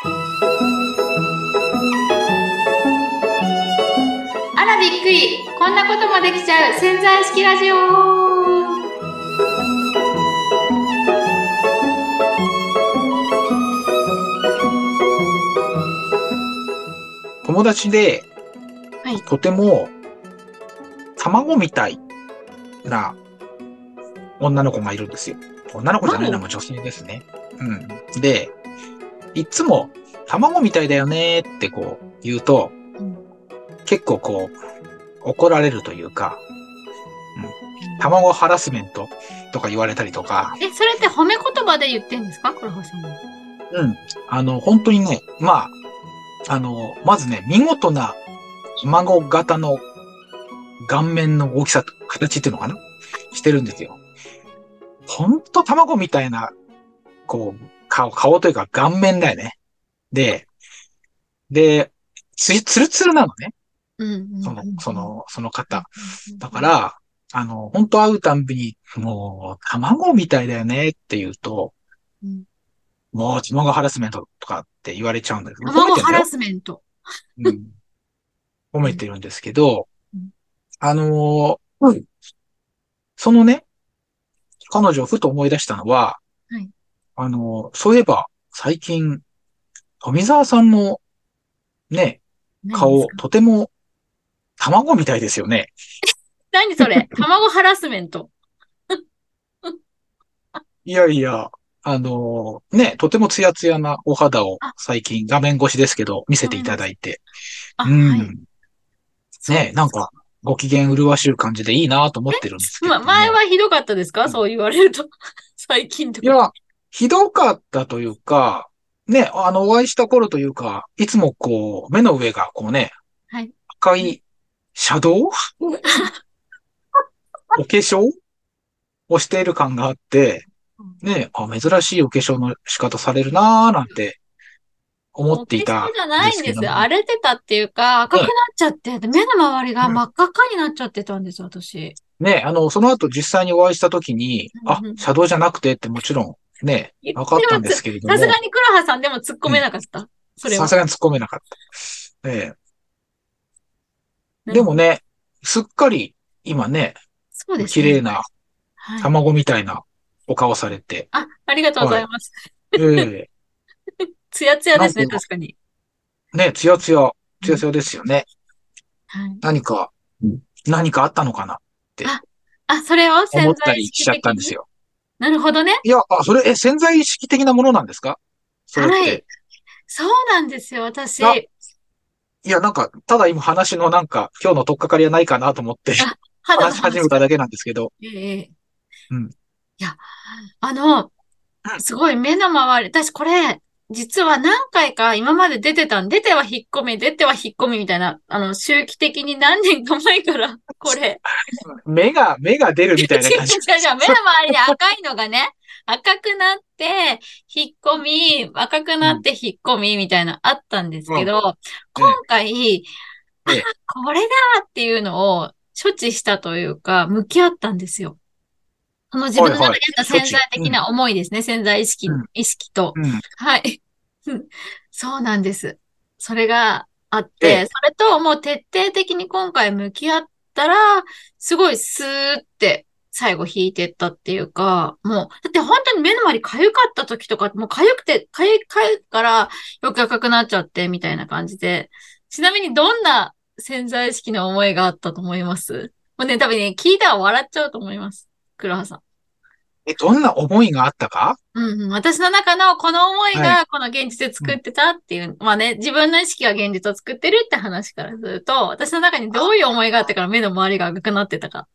あらびっくり、こんなこともできちゃう潜在意識ラジオ。 友達で、 はい。 とても卵みたいな女の子がいるんですよ。女の子じゃないな、もう女性ですね。うん。で、いつも卵みたいだよねってこう言うと、 うん、 結構こう怒られるというか、卵ハラスメントとか言われたりとか、 それって褒め言葉で言ってんですか、黒羽さんは。 うん。本当にね、まずね、見事な卵型の顔面の大きさと形っていうのかなしてるんですよ。ほんと卵みたいな、こう、顔というか顔面だよね。で、ツルツルなのね。 うんうんうんその方。だかうんら、本当会うたんびに、もう、卵みたいだよねって言うと、 うん。 もう、卵ハラスメントとかって言われちゃうんだけど、褒め卵ハラてんだよ。 スメント。 うん。褒うんめてるんですけど、 うんうん、そのね、彼女をふと思い出したのは、 はい。 そういえば、最近、富澤さんのね、顔、 何ですか？ とても卵みたいですよね。 何それ、卵ハラスメント。 いやいや、ね、とてもツヤツヤなお肌をあ、 最近画面越しですけど見せていごめんなさい。 ただいて。 あ、 うはい。 ん。ね、 そうですか。 なんか、ご機嫌麗しい感じでいいなと思ってるんですけれども。 前はひどかったですか、 うん、 そう言われると。最近とか。 いや、ひどかったというか、ね、お会いした頃というか、いつもこう、目の上がこうね、 はい。 赤いシャドウお化粧をしている感があって、ね、珍しいお化粧の仕方されるなーなんて思っお化粧ていたじゃんでないんですよ。 すけども、 荒れてたっていうか、赤くなっね、 ちゃって、で目の周りがうん真っ赤っかになっちゃってたんです、私。 ね、その後実際にお会いした時に、あ、 うんうん。 シャドウじゃなくてってもちろんね、 でも分かったんですけれどさすがも、 に黒羽さんでも突っ込うん、 めなかった。それは。 さすがに突っ込めなかった。 なるほど。 でもね、すっかり今ね、 そうですね。 綺麗なはい。 卵みたいなお顔されて、 ありがとうごはい。 ざいます。 ええツヤツヤですね、 なんか確かに。 ね、 うん。 ツヤツヤですよね。 はい。 何か、何かあったのかなってあ、それを思っ潜在意たりしちゃった識的に。 んですよ。 なるほどね。 いや、潜在意識的なものなんですかそれっはい。 て？ そうなんですよ、 あ、 私。 いや、なんか、ただ今話のなんか、今日の取っかかりはないかなと思って肌の話し始話から。 めただけなんですけど。 ええ。ええ。 うん。 いや、あの、すごい目の周り、私これ、実は何回か今まで出ては引っ込み、出ては引っ込みみたいな、周期的に何年か前から、これ、 目が出るみたいな感じ。 違う、目の周りで赤いのがね、赤くなって、引っ込み、赤くうん。 なって引っ込みみたいなあったんですうん。 けど、今ええ、 回、あ、 ええ。 これだっていうのを処置したというか、向き合ったんですよ。その自分の中にはいはい。 あった潜在処置。うん。 的な思いですね。潜在うん。 意識と。 うん。 はい。そうなんです。それがあって、 ええ。 それともう徹底的に今回向き合ったら、すごいスーって最後引いてったっていうか、もう、だって本当に目の周り痒かった時とか、もう痒くて、痒いからよく赤くなっちゃってみたいな感じで。ちなみにどんな潜在意識の思いがあったと思います？もうね、多分ね、聞いたら笑っちゃうと思います。黒羽さん。 どんな思いがあったか？ うんうん、私の中のこの思いはい。 がこの現実でうん。 作ってたっていう、まあね、自分の意識が現実を作ってるって話からすると、私の中にどういう思いがあってから目の周りが赤くなってたか。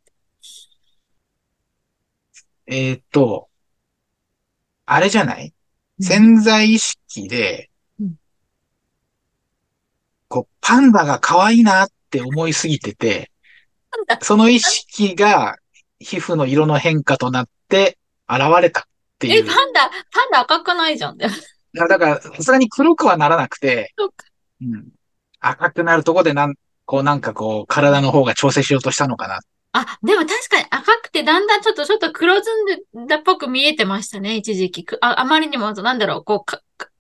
えーっと、あれじゃない？ うん。 潜在意識で、 うん。 こう、パンダが可愛いなって思いすぎてて、 なんだ、 その意識が皮膚の色の変化となって現れたっていう。 パンダ赤くないじゃん。でもだから、さすがに黒くはならなくて、 そうか。 うん、赤くなるとこでなんかこう、体の方が調整しようとしたのかな。 でも確かに赤くてだんだんちょっと黒ずんだっぽく見えてましたね、一時期。あまりにも、なんだろう、こう、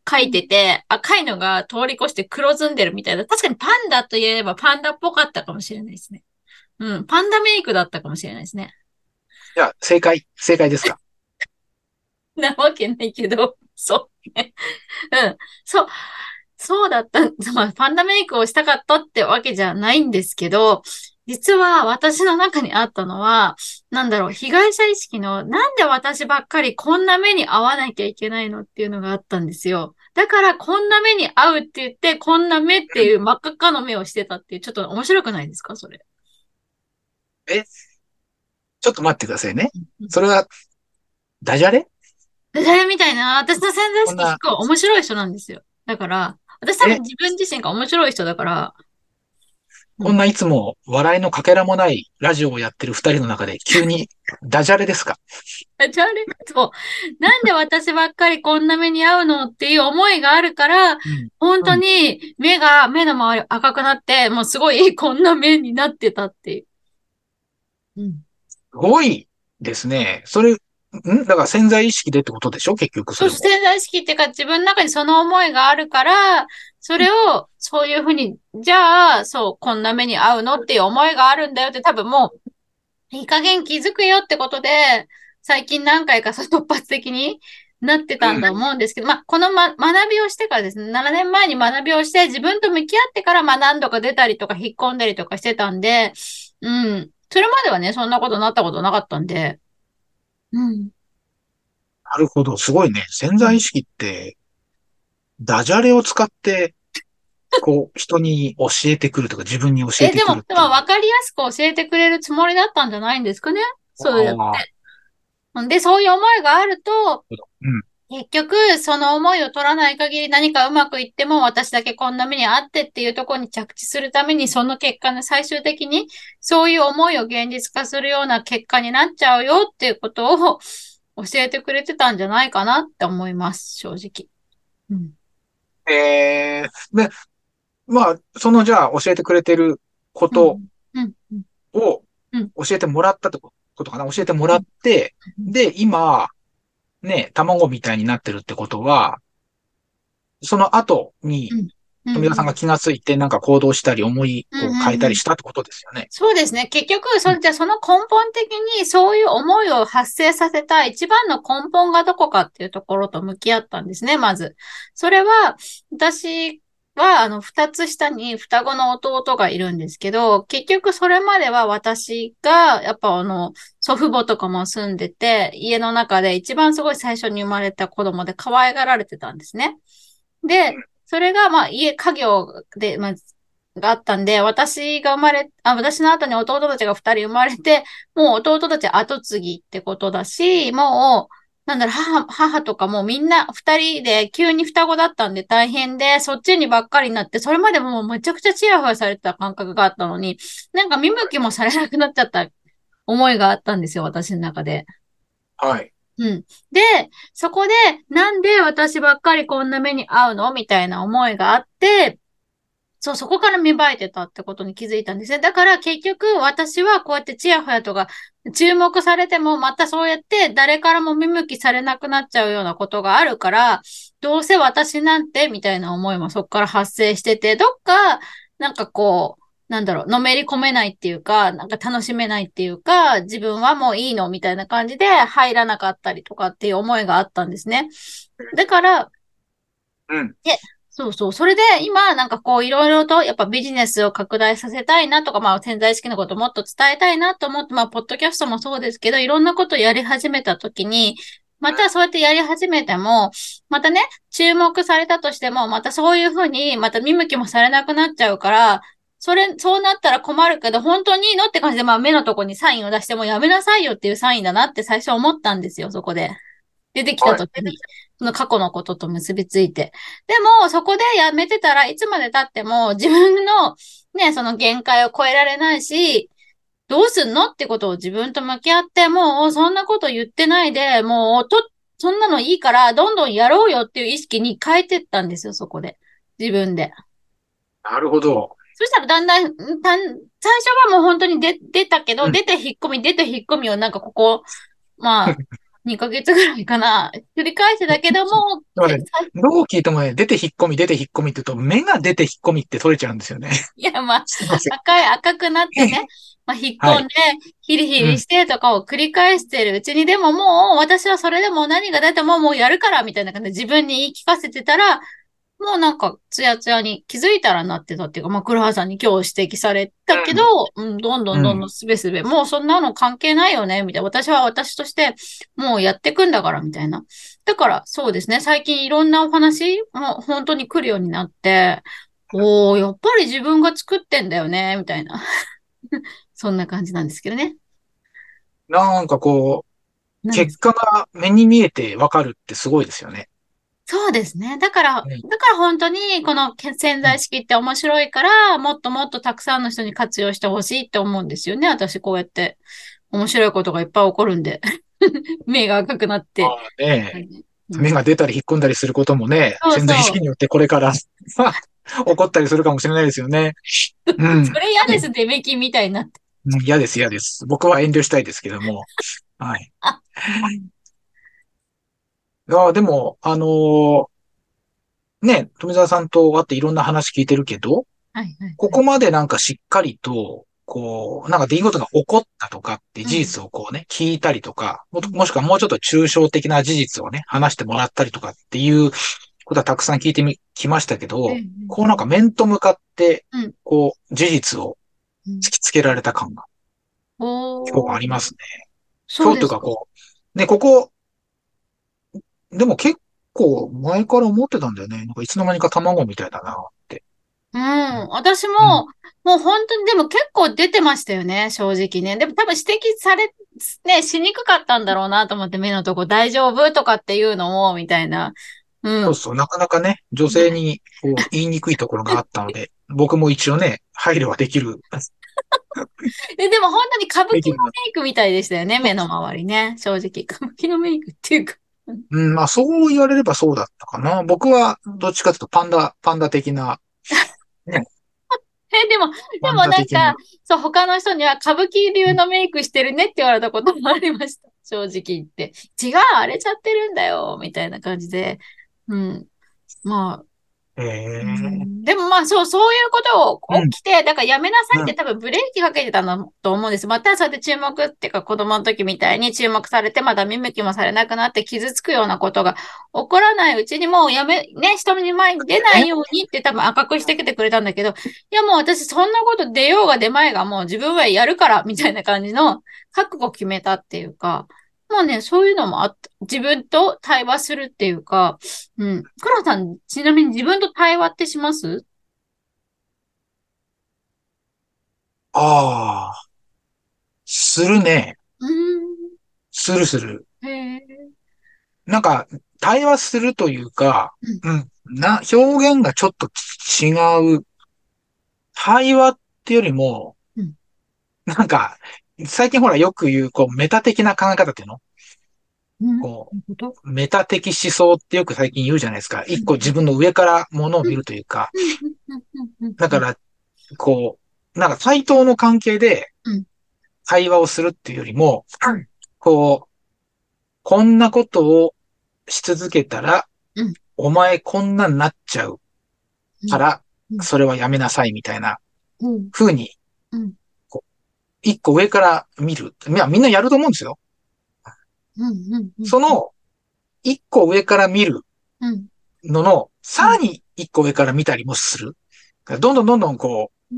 書いてて、赤いのが通り越して黒ずんでるみたいな。確かにパンダといえばパンダっぽかったかもしれないですね。うん。パンダメイクだったかもしれないですね。 じゃあ、正解ですか？ なわけないけど、そうね。うん。そう。そうだった。まあ、パンダメイクをしたかったってわけじゃないんですけど、実は私の中にあったのは、なんだろう、被害者意識の、なんで私ばっかりこんな目に遭わなきゃいけないのっていうのがあったんですよ。だからこんな目に遭うって言って、こんな目っていう真っ赤っかの目をしてたっていう、ちょっと面白くないですか、それ。 え、ちょっと待ってくださいね。それは、ダジャレ？ 誰みたいな、私の潜在意こんな、 識結構面白い人なんですよ。だから、私多分え、 自分自身が面白い人だから、うん。 こんないつも笑いのかけらもないラジオをやってる二人の中で急にダジャレですか？ じゃああれそう。なんで私ばっかりこんな目に遭うのっていう思いがあるから、 うん。 本当うん。すに目の周り赤くなって、もうすごいこんな目になってたっていう。うん。 ごいですね。だから潜在意識でってことでしょ結局そそう、 れも。 潜在意識っていうか自分の中にその思いがあるから、それをそういうふうに、じゃあ、そう、こんな目に遭うのっていう思いがあるんだよって多分もういい加減気づくよってことで、最近何回かそう突発的になってたんだとうん。 思うんですけど、まあ、学びをしてからですね、7年前に学びをして自分と向き合ってからまあ何度か出たりとか引っ込んだりとかしてたんで、うん。それまではね、そんなことなったことなかったんで、うん。 なるほど。すごいね。潜うん。 在意識って、ダジャレを使って、人に教えてくるとか、自分に教えてくるっでもていう。 分かりやすく教えてくれるつもりだったんじゃないんですかね。そうやっああ、 て。で、そういう思いがあると、 なるほど。うん。 結局、その思いを取らない限り何かうまくいっても私だけこんな目にあってっていうところに着地するために、その結果ね、最終的にそういう思いを現実化するような結果になっちゃうよっていうことを教えてくれてたんじゃないかなって思います、正直。うん。 で、まあ、じゃあ教えてくれてることうん。うん。うん。 をうん。 教えてもらったってことかな？教えてもらっうん。 て、 うん。 で、今、ね、卵みたいになってるってことは、その後に、 うん。うん。 富田さんがうん。 気がついてなんか行動したり思いうん。 を変えたうん。 りしたってことですよね。 そうですね。結局、 うん。 じゃあその根本的にそういう思いを発生させた一番の根本がどこかっていうところと向き合ったんですね、まず。それは、私は、二つ下に双子の弟がいるんですけど、結局それまでは私が、やっぱ祖父母とかも住んでて、家の中で一番すごい最初に生まれた子供で可愛がられてたんですね。で、それが、まあ、家業で、まあ、があったんで、私の後に弟たちが二人生まれて、もう弟たち後継ぎってことだし、もう、なんだろう、母とかもみんな二人で急に双子だったんで大変で、そっちにばっかりになって、それまでもうめちゃくちゃチヤホヤされてた感覚があったのに、なんか見向きもされなくなっちゃった思いがあったんですよ、私の中で。 はい。 うん。で、そこで、なんで私ばっかりこんな目に遭うのみたいな思いがあって、そう、そこから芽生えてたってことに気づいたんですね。だから結局私はこうやってチヤホヤとか注目されてもまたそうやって誰からも見向きされなくなっちゃうようなことがあるから、どうせ私なんてみたいな思いもそこから発生してて、どっかなんかこう、なんだろう、のめり込めないっていうか、なんか楽しめないっていうか、自分はもういいのみたいな感じで入らなかったりとかっていう思いがあったんですね。だから、 うん。 で、そうそう。それで今、なんかこういろいろとやっぱビジネスを拡大させたいなとか、まあ潜在意識のことをもっと伝えたいなと思って、まあポッドキャストもそうですけど、いろんなことをやり始めたときに、またそうやってやり始めても、またね、注目されたとしても、またそういうふうに、また見向きもされなくなっちゃうから、そうなったら困るけど、本当にいいのって感じで、まあ目のとこにサインを出してもやめなさいよっていうサインだなって最初思ったんですよ、そこで。出てきたはい。 時に、その過去のことと結びついて。でも、そこでやめてたらいつまで経っても自分のね、その限界を超えられないし、どうすんのってことを自分と向き合って、もうそんなこと言ってないで、そんなのいいから、どんどんやろうよっていう意識に変えてったんですよ、そこで。自分で。 なるほど。 そしたらだんだん、最初はもう本当に出たけど、 うん。 出て引っ込みをなんかここ、まあ、 2ヶ月ぐらいかな。繰り返してたけども、 でもね、どう聞いてもね、出て引っ込み、出て引っ込みって言うと、目が出て引っ込みって取れちゃうんですよね。 いや、まあ、 すいません。 赤くなってね、まあ、引っはい。 込んで、ヒリヒうん。 リしてとかを繰り返してるうちに、でももう、私はそれでも何が出てももうやるから、みたいな感じで自分に言い聞かせてたら、もうなんか、ツヤツヤに気づいたらなってたっていうか、まあ、黒羽さんに今日指摘されたけど、うん、どんどんうん。 どんどんすべすべ、もうそんなの関係ないよね、みたいな。私は私として、もうやってくんだから、みたいな。だから、そうですね、最近いろんなお話、もう本当に来るようになって、おー、やっぱり自分が作ってんだよね、みたいな。そんな感じなんですけどね。 なんかこう、結なんです。 果が目に見えてわかるってすごいですよね。 そうですね。だから本当にこの潜うん。 在意識って面白いから、もっともっとたくさんの人に活用してほしいって思うんですよね。私こうやって面白いことがいっぱい起こるんで。目が赤くなって。 まあね、 はい。うん、 目が出たり引っ込んだりすることもね、 そうそ潜在意識によってこれから起こったりするかもしれないですよね。 う。 うん。 それ嫌ですね。メキみたいになって。 うん嫌です、嫌です。僕は遠慮したいですけども。はい。 あ、うん、 いや、でも、ね、富澤さんと会っていろんな話聞いてるけど、 はい、はい、はい。 ここまでなんかしっかりと、こう、なんか出来事が起こったとかって事うん、 実をこうね、聞いたりとか、 うん、 もしくはもうちょっと抽象的な事実をね、話してもらったりとかっていうことはたくさん聞いてきましたけうん、 ど、こううん、 なんか面と向かって、 うん。 こう、事実をうん。 突きつけられた感が今日おー、 ありますね。今日というそうですか。 かこう、ね、ここ、でも結構前から思ってたんだよね。なんかいつの間にか卵みたいだなって。 うん。私も、 うん。 もう本当に、でも結構出てましたよね、正直ね。でも多分指摘され、ね、しにくかったんだろうなと思って、目のとこ大丈夫とかっていうのも、みたいな。うん。 そうそう、なかなかね、女性にこう言いにくいところがあったので、僕も一応ね、配慮はできる、 でも本当に歌舞伎のできるな。 メイクみたいでしたよね、目の周りね。正直。歌舞伎のメイクっていうか。 うん、まあそう言われればそうだったかな。僕はどっちかというとパンダ的な、ね、 でも、でパンもなんか、 ダ的な、 そう、他の人には歌舞伎流のメイクしてるねって言われたこともありました。正直言って。違う、荒れちゃってるんだよ、みたいな感じで。うん。まあ、 えうえん、でもまあそういうことうん、 を起きて、だからやめなさいっうん、 て多分ブレーキかけてたのと思うんです。またそうやって注目っていうか子供の時みたいに注目されてまだ見向きもされなくなって傷つくようなことが起こらないうちにもうね、人に前に出ないね、 ようにって多分赤くしてきてくれたんだけど、いやもう私そんなこと出ようが出まいがもう自分はやるからみたいな感じの覚悟決めたっていうか、もうね、そういうのもあった。自分と対話するっていうか、うん。黒さん、ちなみに自分と対話ってします？ ああ、するね。 うーん。 するする。 へえ。 なんか、対話するというか、 うん。 うん、表現がちょっと違う。対話ってよりも、 うん。 なんか、最近ほらよく言う、こう、メタ的な考え方っていうのうん。なこるほど。 う、メタ的思想ってよく最近言うじゃないですか。 うん。 一個自分の上からものをうん。 見るというか。 うん。うん。うん。うん。 だから、こなんか対等の関係でうん。 会話をするっていうよりも、 うん。 こう、こんなことをし続けたら、 うん。 お前こんなんなっちゃううん。 から、 うん。 それはやめなさいみたいなうん。 風に、 うん。 こう一個上から見る。いや、みんなやると思うんですよ。 うん。うん。うん。 その、一個上から見るうん。 のの、 うん。 さらに一個上から見たりもする。どんどんどんどんこうん。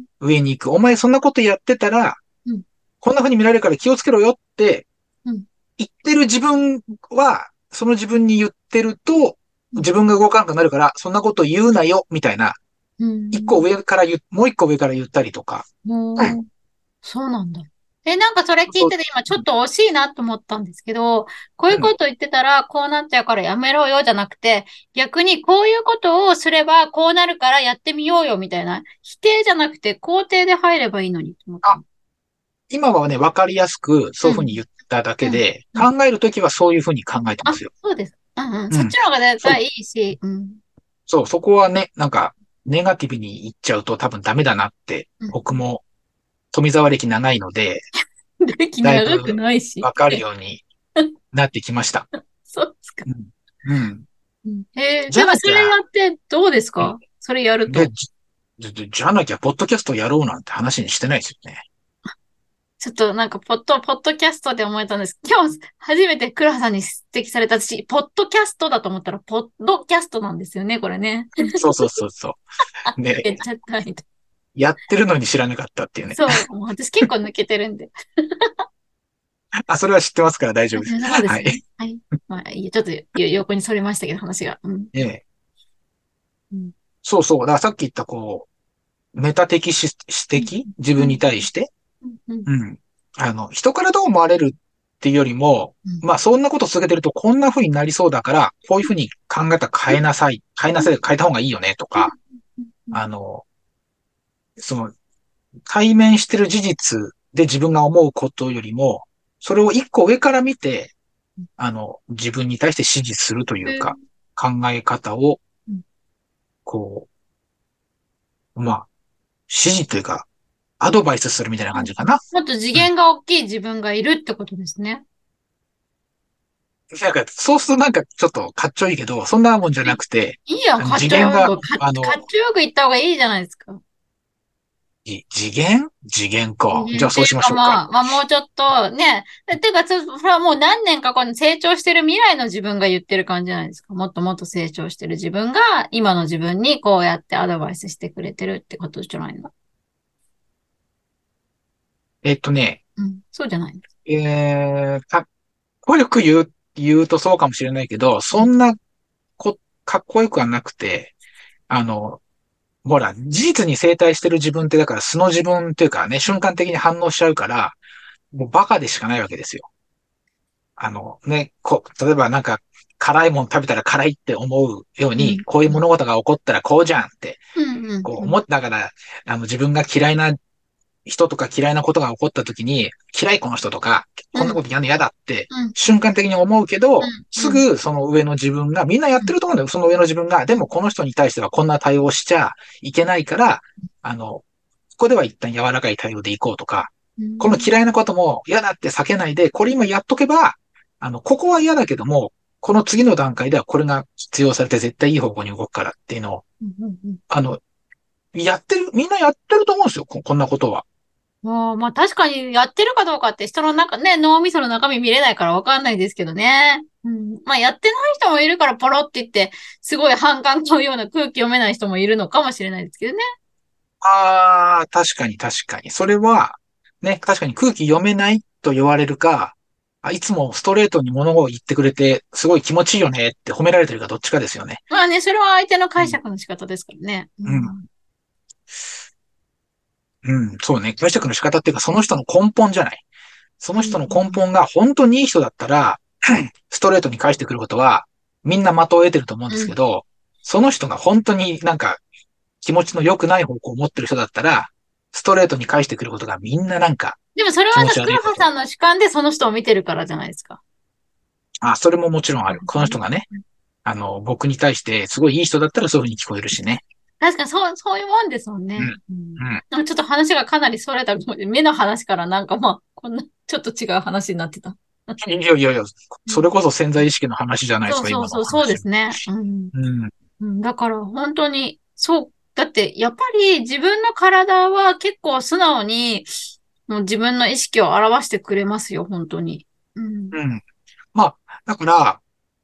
う、上に行く。お前そんなことやってたら、 うん。 こんな風に見られるから気をつけろよってうん。 言ってる自分は、その自分に言ってると、 うん。 自分が動かなくなるから、そんなこと言うなよ、みたいな、 う一個ん。 上からもう一個上から言ったりとか。 もう、そうなんだ。なんかそれ聞いそう、 てて今ちょっと惜しいなと思ったんですけど、こういううん。 こと言ってたらこうなっちゃうからやめろよじゃなくて、逆にこういうことをすればこうなるからやってみようよみたいな、否定じゃなくて肯定で入ればいいのにと思った。 あ、今はね、わかりやすく、そういうふうにうん。 言っただけうん。 で、 うん。 考えるときはそういうふうに考えてまあ、 すよ。 そうです。うんうん。 うん。 そっちの方が絶そう、 対いいし、うん。 そう、そこはね、なんか、ネガティブに言っちゃうと多分ダメだなって、 うん。 僕も富澤歴長いので、 歴だい長くぶないし。 わかるように。 なってきました。 そうですか。 うん。うん。じゃでもそれやなきゃ、 ってどうですうんか？それやるで、 と。 じゃなきゃ、ポッドキャストやろうなんて話にしてないですよね。 ちょっとなんかポッドキャストで思えたんです。今日初めてクラハさんに指摘されたし、ポッドキャストだと思ったら、ポッドキャストなんですよね、これね。 そうそうそうそう。で、 言っちゃったみたい。 やってるのに知らなかったっていうね。 そう、もう私結構抜けてるんで。 あ、それは知ってますから大丈夫です。 そうではい。 すね。はい。まあいいや、ちょっと横にそれましたけど、話が。うん。 ええ。 うん。 そうそう。だからさっき言ったメタ的うん。 指摘自分にうん。 対して。 うん。うん。 うん。人からどう思われるっていうよりも、 うん。 まあそんなこと続けてるとこんな風になりそうだから、こういう風に考えたら変えなさい。変えなさい。変えた方がいいよねとか、 うん。 あの、その対面してる事実で自分が思うことよりも、それを一個上から見て、自分に対して指示するというか、考え方を、こまあ、指示というか、アドバイスするみたいなうん。 感じかな。 もっと次うん。 元が大きい自分がいるってことですね。 なんか、そうするとなんかちょっとかっちょいいけど、そんなもんじゃなくて、 いいやん、かっ次元が、 ちょよく、かっちょよく言った方がいいじゃないですか。 次元か。じゃあそう次元っていうしましょうか。 かまあもうちょっとね、てか、それはもう何年か後に成長してる未来の自分が言ってる感じじゃないですか。もっともっと成長してる自分が、今の自分にこうやってアドバイスしてくれてるってことじゃないの？ えっとね、 うん、そうじゃないの？ かっこよく言うとそうかもしれないけど、 うん。 そんなかっこよくはなくて、あの、ほら、事実に正対してる自分ってだから素の自分っていうかね、瞬間的に反応しちゃうから、もうバカでしかないわけですよ。例えばなんか、辛いもの食べたら辛いって思うように、 うん。 こういう物事が起こったらこうじゃんって、 うん。うん。うん。 思ったから、自分が嫌いな人とか嫌いなことが起こった時に、嫌いこの人とか、こんなうん。 ことやるの嫌だってうん。 瞬間的に思うけど、 うん。 すぐその上の自分が、みんなやってると思うんだよ。その上の自分が、でもこの人に対してはこんな対応しちゃいけないから、ここでは一旦柔らかい対応でいこうとか、 うん。 この嫌いなことも嫌だって避けないで、これ今やっとけば、ここは嫌だけども、この次の段階ではこれが必要されて絶対いい方向に動くからっていうのを、 うん。うん。うん。 あの、みんなやってると思うんですよ。こんなことは。 もう、まあ確かにやってるかどうかって人の中、ね、脳みその中身見れないからわかんないですけどね。うん。まあやってない人もいるからポロって言って、すごい反感買うような空気読めない人もいるのかもしれないですけどね。 ああ、確かに確かに。それは、ね、確かに空気読めないと言われるか、いつもストレートに物を言ってくれて、すごい気持ちいいよねって褒められてるかどっちかですよね。 まあね、それは相手のうん。 解釈の仕方ですからね。ううん。 ん。 うん。そうね。解釈の仕方っていうか、その人の根本じゃない。そうん。 の人の根本が本当にいい人だったら、ストレートに返してくることは、みんな的を得てると思うんでうん。 すけど、その人が本当になんか気持ちの良くない方向を持ってる人だったら、ストレートに返してくることがみんななんかでもそれは気持さ、 ち悪いこと。 黒羽さんの主観でその人を見てるからじゃないですか。 それももちろんある。こそうですね。 の人がね、僕に対してすごいいい人だったらそういうふうに聞こえるしね。 確かにそういうもんですもんうん。 ね。うん。 うん。 なんかちょっと話がかなりそれたと思って、目の話からなんかまあ、こんな、ちょっと違う話になってた。 いやいやいや、 うん。 それこそ潜在意識の話じゃないですか、今のおそうで話。 すね。うん。 うん。 うん、だから本当に、そう。だって、やっぱり自分の体は結構素直に、もう自分の意識を表してくれますよ、本当に。うん。 うん。まあ、だから、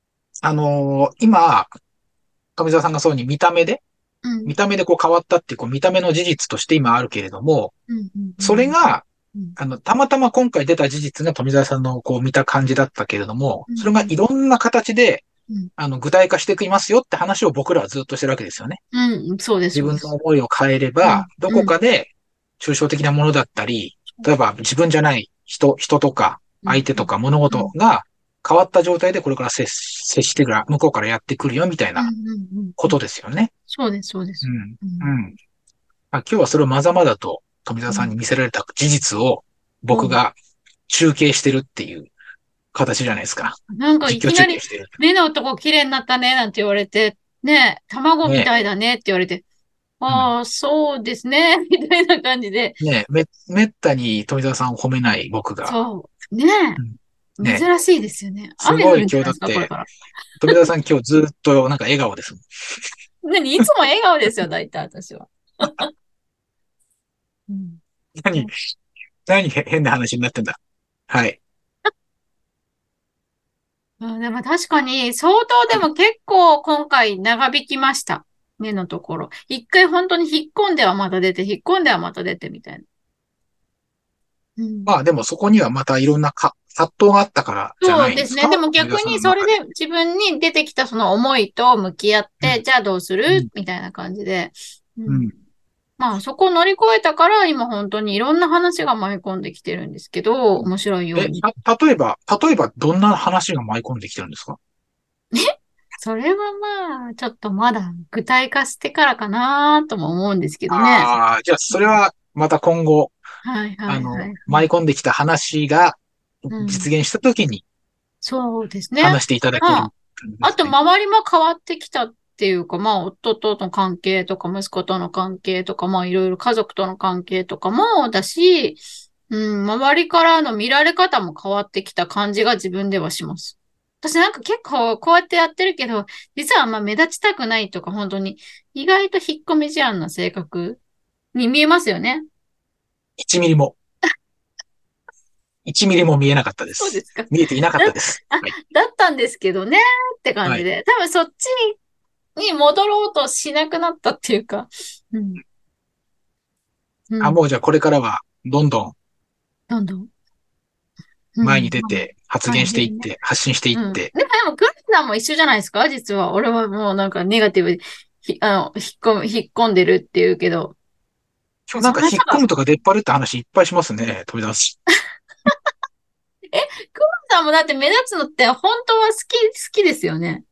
今、富澤さんがそうにうん。 見た目で変わったっていう、見た目の事実として今あるけれども、 うん。うん。うん。 それが、 うん。 たまたま今回出た事実が富澤さんの見た感じだったけれども、 うん。 それがいろんな形で、 うん。 具体化していきますよって話を僕らはずっとしてるわけですよね。 うん。そうです、 自分のそうです。 思いを変えれば、 うん。 どこうん。 かで抽象的なものだったり、例えば自分じゃない人とかうん。 相手とか物うん。 事が変わった状態でこれから接してくる、向こうからやってくるよみたいうん。 なうん。うん。 ことですよね。 そうです、そうです。 うん。 うん。 うん。今日はそれをまざまざと富澤さんうん。 に見せられた事実をおう。 僕が中継してるっていう形じゃないですか。 なんかい実況きなり、 中継してる。 目の男綺麗になったね、なんて言われて、ね、卵みねたいだねって言われて、 え。うん。 ああ、そうですね、みたいな感じで、 ねえ、めったに富澤さんを褒めない僕が。 そう、ねえ、 うん。 ね。 珍しいですよね。 すごい雨降るんじゃないですか、これ今日だって、 から。 富田さん今日ずっとなんか笑顔ですもん。 何、いつも笑顔ですよ、大体私は。うん。 何、変な話になってんだ。はい。 うん、でも確かに、相当でも結構今回長引きました。目のところ。一回本当に引っ込んではまた出て、引っ込んではまた出てみたいな。うん。 まあでもそこにはまたいろんな葛藤があったからじゃそうですね。 ないんですか？ でも逆富田さんにそれの中で。 で自分に出てきたその思いと向き合って、 うん。 じゃあどうすうん。 るみたいな感じで。うん。 うん。 まあそこを乗り越えたから今本当にいろんな話が舞い込んできてるんですけど、面白いようえ、 に。 例えばどんな話が舞い込んできてるんですか？ それはまあ、ちょっとまだ具体化してからかなとも思うんですけどね。 ああー、じゃあそれはまた今後、 はいはいはいはい。 舞い込んできた話がうん。 実現した時にそうですね。 話していただけるまあ、あと感じですね。 周りも変わってきたっていうか、まあ、夫との関係とか、息子との関係とか、まあ、いろいろ家族との関係とかもだし、うん、周りからの見られ方も変わってきた感じが自分ではします。私なんか結構こうやってやってるけど、実はあんま目立ちたくないとか、本当に意外と引っ込み思案な性格に見えますよね。 1ミリも、1ミリも見えなかったです。 そうですか。 見えていなかっだ、 たです。 あ、 はい。 だったんですけどねって感はい。 じで。多分そっちに戻ろうとしなくなったっていうか。うん。うあ、 ん。 もうじゃあこれからはどんどんどんどん。う前にん。 出て発言前に出るね。 していって、発信していっうん。 て、 でも、クラスさんも一緒じゃないですか実は。俺はもうなんかネガティブ、引っ込んでるっていうけど。 今日なんそんな人が、 か引っ込むとか出っ張るって話いっぱいしますね、飛び出し。 クラスさんもだって目立つのって本当は好きですよね。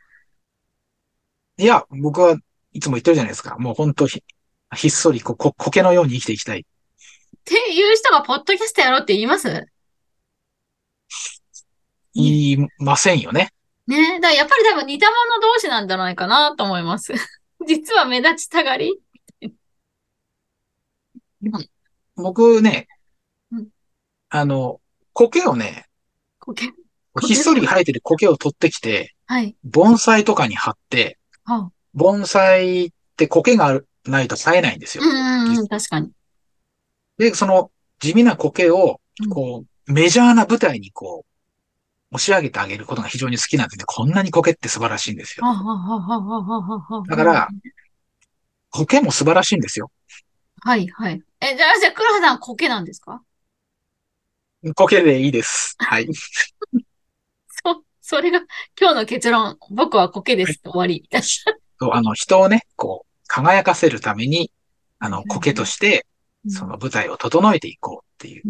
いや、僕はいつも言ってるじゃないですか。もう本当ひっそり苔のように生きていきたい。 っていう人がポッドキャストやろうって言います言にいませんよね。 ね。だからやっぱり多分似た者同士なんじゃないかなと思います。実は目立ちたがり。 うん僕ね、 うん。 あの、苔をね、 こけ、こひっける。 そり生えてる苔を取ってきて、 はい。 盆栽とかに貼って、 はあ、 盆栽って苔がないと生えないんですよ。 うんうんうん、確かに。 で、その地味な苔を、 うん。 メジャーな舞台に押し上げてあげることが非常に好きなんですね。こんなに苔って素晴らしいんですよ。 はあ、はあ、はあ、はあ、はあ、はあ、はあ、なるほだから、苔も素晴らしいんですよ。 はい、はい。じゃあ、黒羽さん、苔なんですか？ 苔でいいです。はい。 それが今日の結論。僕は苔ではい。 す。終わり。 そう人をね、輝かせるために、 はい、はい、 苔とはい。 して、 うん、 その舞台を整えていこうっていううん、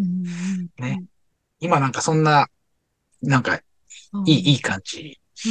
うね。 ん、 今なんかそんな、なんかうん。 いい感じうん。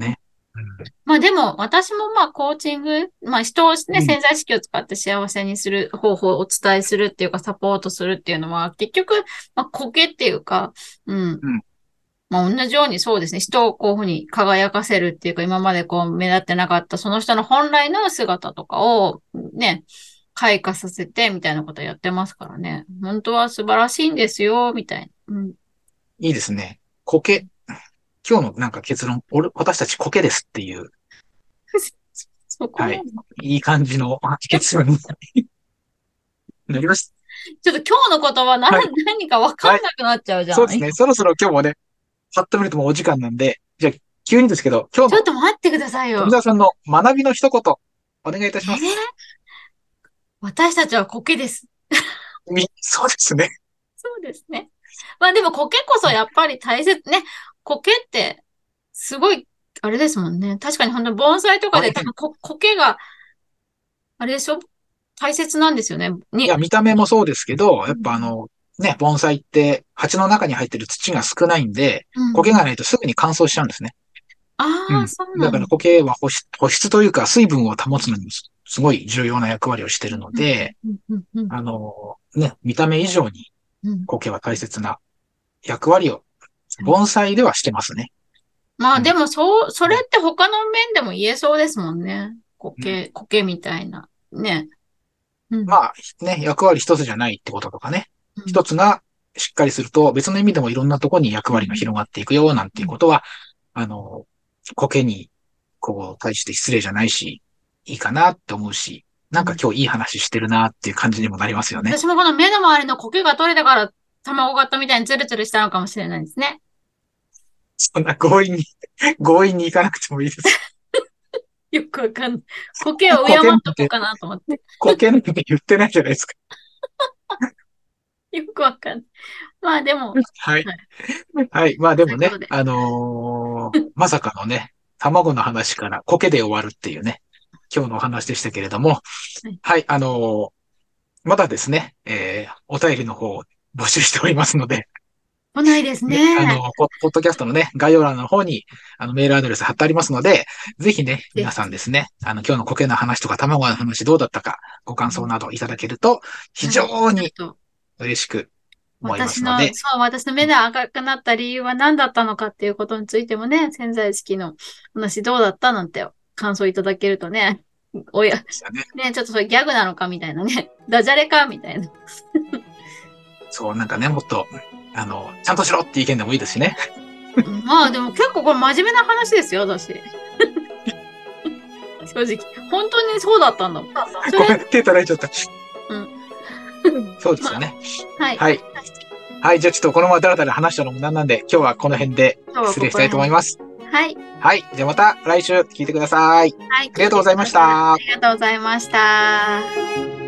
ですね。 まあでも、私もまあコーチング、まあ人をね、 うん。 潜在意識を使って幸せにする方法をお伝えするっていうか、サポートするっていうのは、結局、まあ苔っていうか、うん。 うん。 まあ同じようにそうですね、人をこういうふうに輝かせるっていうか、今までこう目立ってなかったその人の本来の姿とかをね、開花させてみたいなことやってますからね。本当は素晴らしいんですよ、みたいな。うん。 いいですね。今日のなんか結論、私たち苔ですっていう、 そこはい。 なの。 いい感じの結論になりましちょっと今日の言葉た。はい。 何かわかはい。 んなくなっちゃうじゃん。 そうですね。そろそろ今日もね、パッと見るともうお時間なんで、じゃあ、急にですけど、今日ちょっのと待ってくださいよ。 富澤さんの学びの一言、お願いいたします。 私たちは苔です。 そうですね。 そうですね。まあでも苔こそやっぱり大切ね。苔ってすごい、あれですもんね。確かに本当に盆栽とか大変。 で多分苔が、あれでしょ大切なんですよね。 いや、見た目もそうですけど、やっぱうんね、盆栽って鉢の中に入ってる土が少ないんで、苔がうんうん。 ないとすぐに乾燥しちゃうんですね。うああ、 ん。だからそうなんだ。 苔は保湿というか水分を保つのにもすごい重要な役割をしているのうんで、 うんうんうんね、見た目以上にうん。 苔は大切な役割をはい。 盆栽ではしてますね。 まあでうん。 もそれね。 って他の面でも言えそうですもんね。 うん。 苔みたいな。ね。うん。 まあ、ね、役割一つじゃないってこととかね。 うん。 一つが、 しっかりすると、別の意味でもいろんなところに役割が広がっていくよ、なんていうことは、苔に、対して失礼じゃないし、いいかなって思うし、なんか今日いい話してるなっていう感じにもなりますよね。 私もこの目の周りの苔が取れたから、卵型みたいにツルツルしたのかもしれないですね。 そんな強引に、強引に行かなくてもいいです。 よくわかんない。苔を敬っ苔なんて、 とこうかなと思って。 苔なんて言ってないじゃないですか。 よくわかんない。まあでも、 はい。 はい。 はい。まあでもね、 そういうことで。 まさかのね、卵の話から苔で終わるっていうね、今日のお話でしたけれども、 はい。 はい。まだですね、お便りの方を募集しておりますので、 来ないですね、 ね。 ポッドキャストのね、概要欄の方に、メールアドレス貼ってありますので、ぜひね、皆ぜひぜひ。 さんですね、今日の苔の話とか卵の話どうだったか、ご感想などいただけると、非はい。 常にちょっと、 嬉しく思いますので、 私の目が赤くなった理由は何だったのかっていうことについてもね、潜在意識の話どうだったなんて感想いただけるとね、 ですよね。 ね、ちょっとそれギャグなのかみたいなね、ダジャレかみたいな。 そう、なんかね、もっと、ちゃんとしろって意見でもいいですしね。 まあでも結構これ真面目な話ですよ、私。正直。本当にそうだったんだもん。それ、 ごめん、手叩いちゃった。 うん。 そうですまあ、 よね。 はい。 はい。はい、じゃあちょっとこのままだらだら話したのもなんなんで、今日はこの辺で今日は失礼したいとここら辺で。 思います。 はい。 はい。じゃあまた来週聞いてください。 はい、 ありがとうございまし聞いてください。あた。 りがとうございました。